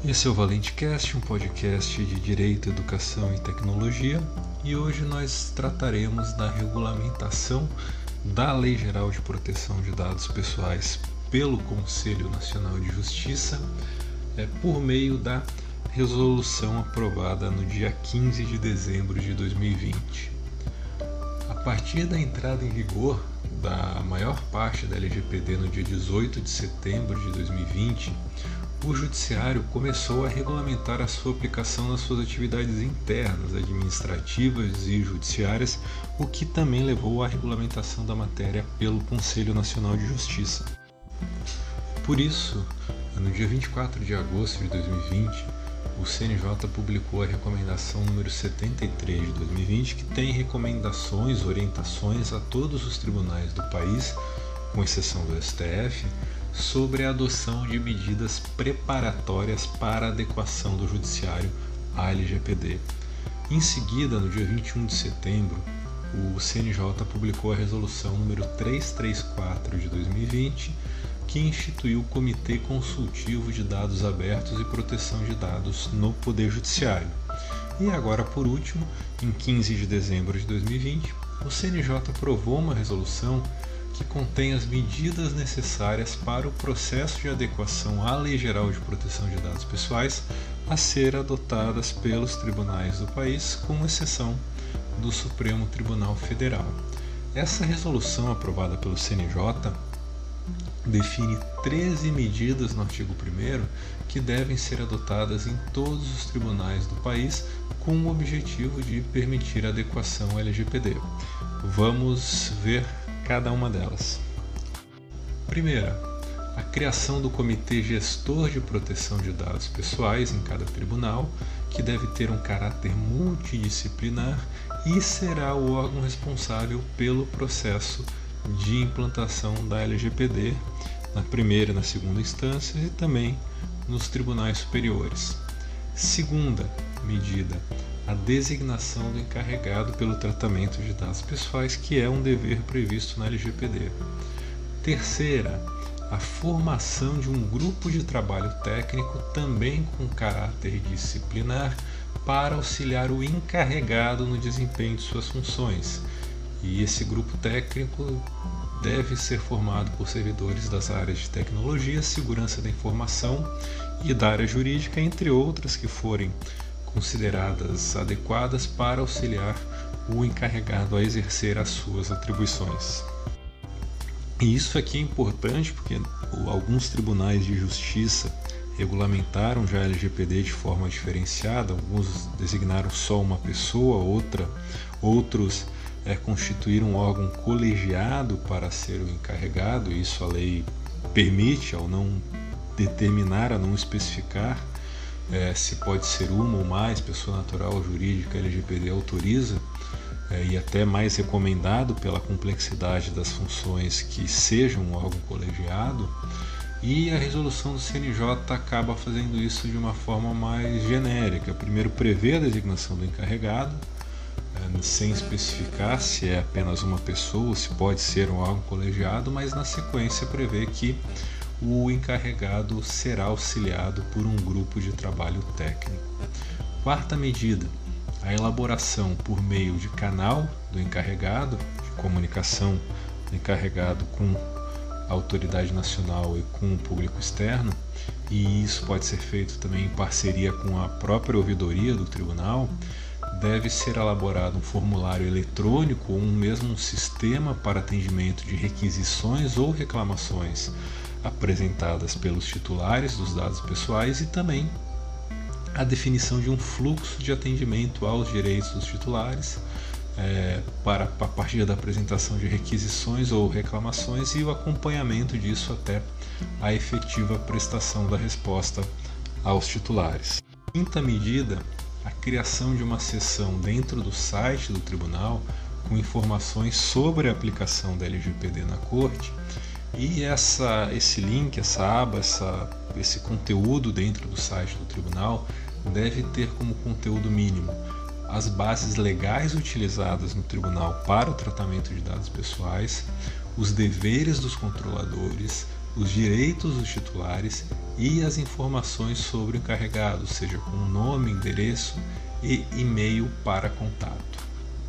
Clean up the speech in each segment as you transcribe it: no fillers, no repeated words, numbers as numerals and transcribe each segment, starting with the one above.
Esse é o ValenteCast, um podcast de Direito, Educação e Tecnologia, e hoje nós trataremos da regulamentação da Lei Geral de Proteção de Dados Pessoais pelo Conselho Nacional de Justiça, por meio da resolução aprovada no dia 15 de dezembro de 2020. A partir da entrada em vigor da maior parte da LGPD no dia 18 de setembro de 2020, o Judiciário começou a regulamentar a sua aplicação nas suas atividades internas, administrativas e judiciárias, o que também levou à regulamentação da matéria pelo Conselho Nacional de Justiça. Por isso, no dia 24 de agosto de 2020, o CNJ publicou a recomendação número 73 de 2020, que tem recomendações, orientações a todos os tribunais do país, com exceção do STF, sobre a adoção de medidas preparatórias para a adequação do Judiciário à LGPD. Em seguida, no dia 21 de setembro, o CNJ publicou a resolução número 334 de 2020, que instituiu o Comitê Consultivo de Dados Abertos e Proteção de Dados no Poder Judiciário. E agora, por último, em 15 de dezembro de 2020, o CNJ aprovou uma resolução que contém as medidas necessárias para o processo de adequação à Lei Geral de Proteção de Dados Pessoais a ser adotadas pelos tribunais do país, com exceção do Supremo Tribunal Federal. Essa resolução aprovada pelo CNJ define 13 medidas no artigo 1º que devem ser adotadas em todos os tribunais do país com o objetivo de permitir a adequação à LGPD. Vamos ver cada uma delas. Primeira, a criação do Comitê Gestor de Proteção de Dados Pessoais em cada tribunal, que deve ter um caráter multidisciplinar e será o órgão responsável pelo processo de implantação da LGPD na primeira e na segunda instância e também nos tribunais superiores. Segunda medida, a designação do encarregado pelo tratamento de dados pessoais, que é um dever previsto na LGPD. Terceira, a formação de um grupo de trabalho técnico, também com caráter disciplinar, para auxiliar o encarregado no desempenho de suas funções. E esse grupo técnico deve ser formado por servidores das áreas de tecnologia, segurança da informação e da área jurídica, entre outras que forem consideradas adequadas para auxiliar o encarregado a exercer as suas atribuições. E isso aqui é importante porque alguns tribunais de justiça regulamentaram já a LGPD de forma diferenciada, alguns designaram só uma pessoa, outros constituíram um órgão colegiado para ser o encarregado. Isso a lei permite, ao não determinar, a não especificar se pode ser uma ou mais, pessoa natural ou jurídica, a LGPD autoriza, e até mais recomendado pela complexidade das funções que seja um órgão colegiado, e a resolução do CNJ acaba fazendo isso de uma forma mais genérica. Primeiro prevê a designação do encarregado, sem especificar se é apenas uma pessoa, se pode ser um órgão colegiado, mas na sequência prevê que o encarregado será auxiliado por um grupo de trabalho técnico. Quarta medida, a elaboração por meio de canal do encarregado, de comunicação do encarregado com a autoridade nacional e com o público externo, e isso pode ser feito também em parceria com a própria ouvidoria do tribunal. Deve ser elaborado um formulário eletrônico ou mesmo um sistema para atendimento de requisições ou reclamações apresentadas pelos titulares dos dados pessoais, e também a definição de um fluxo de atendimento aos direitos dos titulares a partir da apresentação de requisições ou reclamações e o acompanhamento disso até a efetiva prestação da resposta aos titulares. Quinta medida, a criação de uma seção dentro do site do tribunal com informações sobre a aplicação da LGPD na Corte, e esse link, essa aba, esse conteúdo dentro do site do tribunal deve ter como conteúdo mínimo as bases legais utilizadas no tribunal para o tratamento de dados pessoais, os deveres dos controladores, os direitos dos titulares e as informações sobre o encarregado, seja com nome, endereço e e-mail para contato.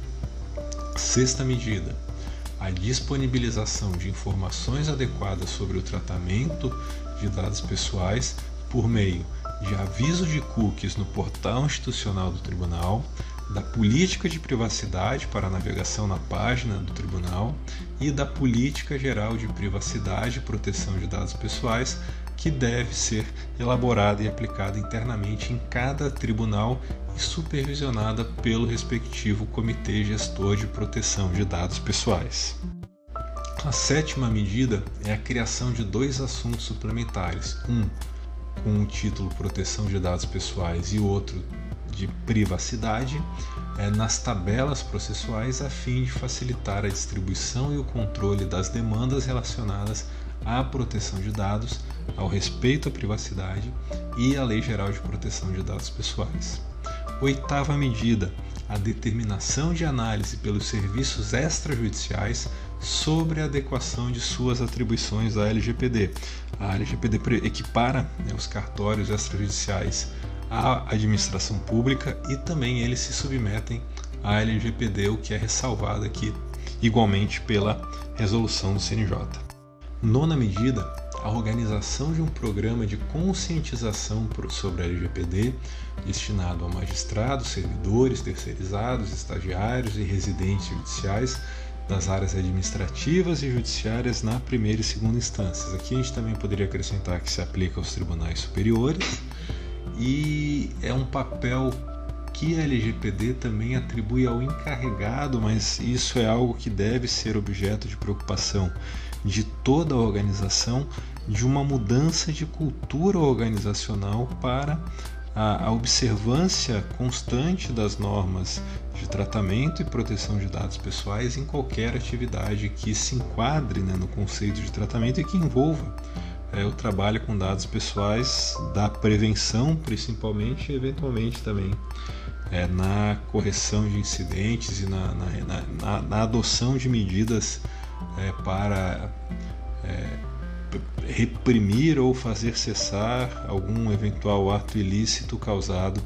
Sexta medida: a disponibilização de informações adequadas sobre o tratamento de dados pessoais por meio de aviso de cookies no portal institucional do Tribunal, da política de privacidade para a navegação na página do Tribunal e da política geral de privacidade e proteção de dados pessoais, que deve ser elaborada e aplicada internamente em cada tribunal e supervisionada pelo respectivo Comitê Gestor de Proteção de Dados Pessoais. A sétima medida é a criação de 2 assuntos suplementares, um com o título Proteção de Dados Pessoais e o outro de Privacidade, nas tabelas processuais, a fim de facilitar a distribuição e o controle das demandas relacionadas à proteção de dados, ao respeito à privacidade e à Lei Geral de Proteção de Dados Pessoais. Oitava medida: a determinação de análise pelos serviços extrajudiciais sobre a adequação de suas atribuições à LGPD. A LGPD equipara os cartórios extrajudiciais à administração pública e também eles se submetem à LGPD, o que é ressalvado aqui igualmente pela resolução do CNJ. Nona medida: a organização de um programa de conscientização sobre a LGPD destinado a magistrados, servidores, terceirizados, estagiários e residentes judiciais das áreas administrativas e judiciárias na primeira e segunda instâncias. Aqui a gente também poderia acrescentar que se aplica aos tribunais superiores e é um papel que a LGPD também atribui ao encarregado, mas isso é algo que deve ser objeto de preocupação de toda a organização, de uma mudança de cultura organizacional para a observância constante das normas de tratamento e proteção de dados pessoais em qualquer atividade que se enquadre no conceito de tratamento e que envolva o trabalho com dados pessoais, da prevenção principalmente e eventualmente também na correção de incidentes e na adoção de medidas para reprimir ou fazer cessar algum eventual ato ilícito causado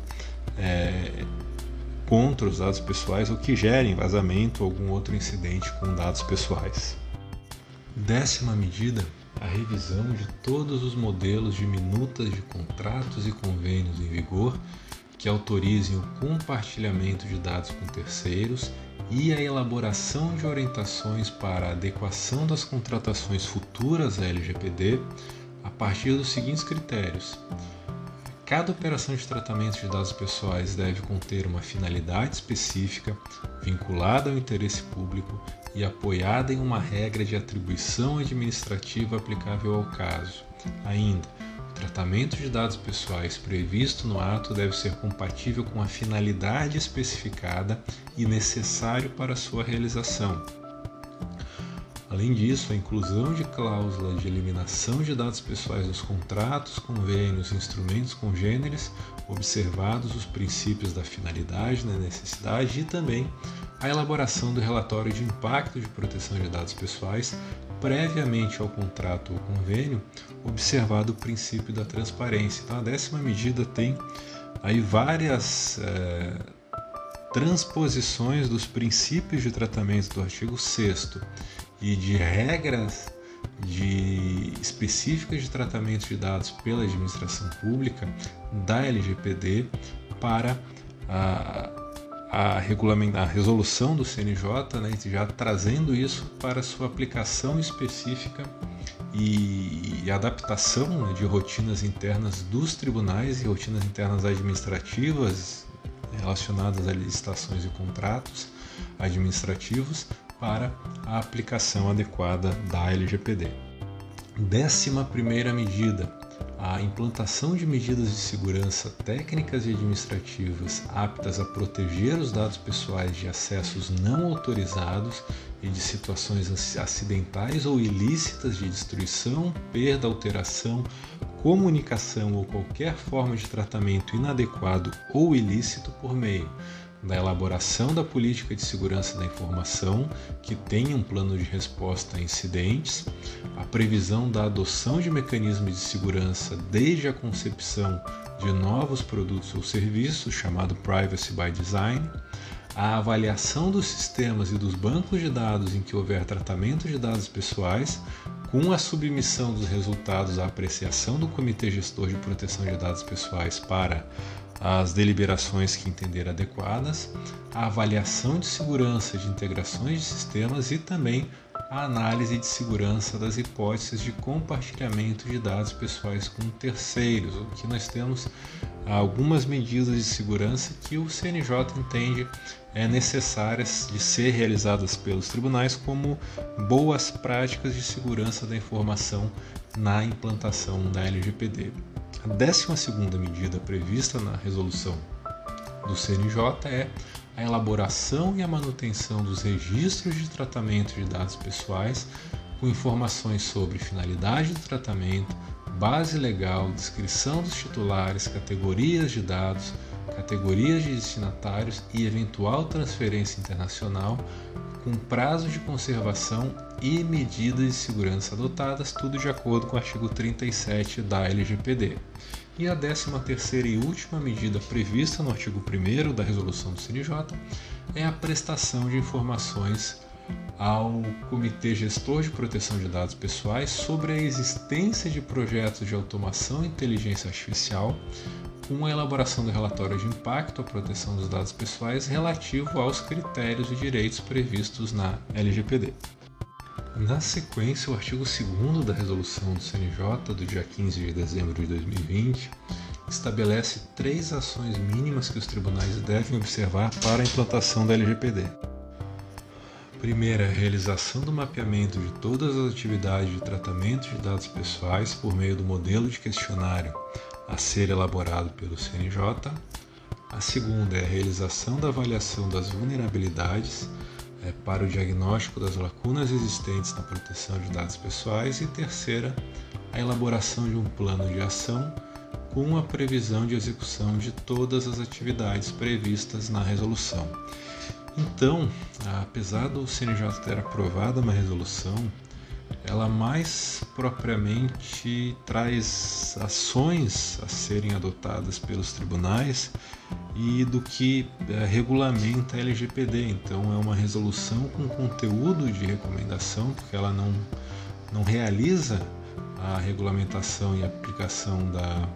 contra os dados pessoais ou que gerem vazamento ou algum outro incidente com dados pessoais. 10ª medida: a revisão de todos os modelos de minutas de contratos e convênios em vigor que autorizem o compartilhamento de dados com terceiros e a elaboração de orientações para a adequação das contratações futuras à LGPD a partir dos seguintes critérios. Cada operação de tratamento de dados pessoais deve conter uma finalidade específica, vinculada ao interesse público e apoiada em uma regra de atribuição administrativa aplicável ao caso. Ainda, o tratamento de dados pessoais previsto no ato deve ser compatível com a finalidade especificada e necessário para sua realização. Além disso, a inclusão de cláusula de eliminação de dados pessoais nos contratos, convênios e instrumentos congêneres, observados os princípios da finalidade, da necessidade e também a elaboração do relatório de impacto de proteção de dados pessoais previamente ao contrato ou convênio, observado o princípio da transparência. Então, a 10ª medida tem aí várias transposições dos princípios de tratamento do artigo 6º e de regras específicas de tratamento de dados pela administração pública da LGPD para a resolução do CNJ, já trazendo isso para sua aplicação específica e adaptação de rotinas internas dos tribunais e rotinas internas administrativas relacionadas a licitações e contratos administrativos para a aplicação adequada da LGPD. 11ª medida: a implantação de medidas de segurança técnicas e administrativas aptas a proteger os dados pessoais de acessos não autorizados e de situações acidentais ou ilícitas de destruição, perda, alteração, comunicação ou qualquer forma de tratamento inadequado ou ilícito por meio da elaboração da política de segurança da informação, que tenha um plano de resposta a incidentes, a previsão da adoção de mecanismos de segurança desde a concepção de novos produtos ou serviços, chamado Privacy by Design, a avaliação dos sistemas e dos bancos de dados em que houver tratamento de dados pessoais, com a submissão dos resultados à apreciação do Comitê Gestor de Proteção de Dados Pessoais para as deliberações que entender adequadas, a avaliação de segurança de integrações de sistemas e também a análise de segurança das hipóteses de compartilhamento de dados pessoais com terceiros. Aqui nós temos algumas medidas de segurança que o CNJ entende necessárias de ser realizadas pelos tribunais como boas práticas de segurança da informação na implantação da LGPD. A 12ª medida prevista na resolução do CNJ é a elaboração e a manutenção dos registros de tratamento de dados pessoais com informações sobre finalidade do tratamento, base legal, descrição dos titulares, categorias de dados, categorias de destinatários e eventual transferência internacional, com prazo de conservação e medidas de segurança adotadas, tudo de acordo com o artigo 37 da LGPD. E a 13ª e última medida prevista no artigo 1º da resolução do CNJ é a prestação de informações ao Comitê Gestor de Proteção de Dados Pessoais sobre a existência de projetos de automação e inteligência artificial, com a elaboração do relatório de impacto à proteção dos dados pessoais relativo aos critérios e direitos previstos na LGPD. Na sequência, o artigo 2º da resolução do CNJ do dia 15 de dezembro de 2020 estabelece 3 ações mínimas que os tribunais devem observar para a implantação da LGPD. Primeira, a realização do mapeamento de todas as atividades de tratamento de dados pessoais por meio do modelo de questionário a ser elaborado pelo CNJ. A segunda é a realização da avaliação das vulnerabilidades para o diagnóstico das lacunas existentes na proteção de dados pessoais. E terceira, a elaboração de um plano de ação com a previsão de execução de todas as atividades previstas na resolução. Então, apesar do CNJ ter aprovado uma resolução, ela mais propriamente traz ações a serem adotadas pelos tribunais e do que regulamenta a LGPD. Então é uma resolução com conteúdo de recomendação, porque ela não realiza a regulamentação e aplicação da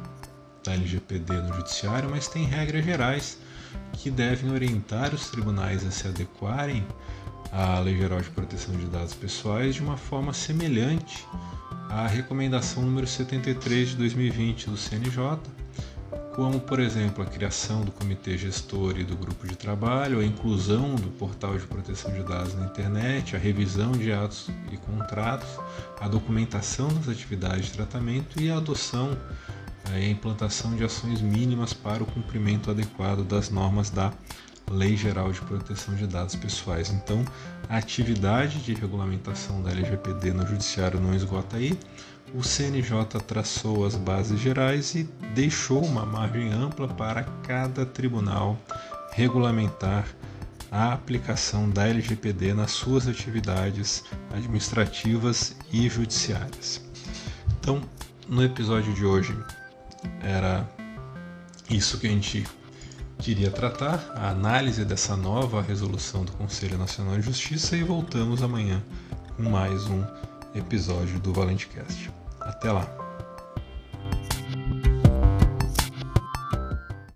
LGPD no judiciário, mas tem regras gerais que devem orientar os tribunais a se adequarem à Lei Geral de Proteção de Dados Pessoais de uma forma semelhante à recomendação número 73 de 2020 do CNJ, como, por exemplo, a criação do comitê gestor e do grupo de trabalho, a inclusão do portal de proteção de dados na internet, a revisão de atos e contratos, a documentação das atividades de tratamento e a adoção e a implantação de ações mínimas para o cumprimento adequado das normas da Lei Geral de Proteção de Dados Pessoais. Então, a atividade de regulamentação da LGPD no Judiciário não esgota aí. O CNJ traçou as bases gerais e deixou uma margem ampla para cada tribunal regulamentar a aplicação da LGPD nas suas atividades administrativas e judiciárias. Então, no episódio de hoje, era isso que a gente queria tratar, a análise dessa nova resolução do Conselho Nacional de Justiça, e voltamos amanhã com mais um episódio do ValenteCast. Até lá!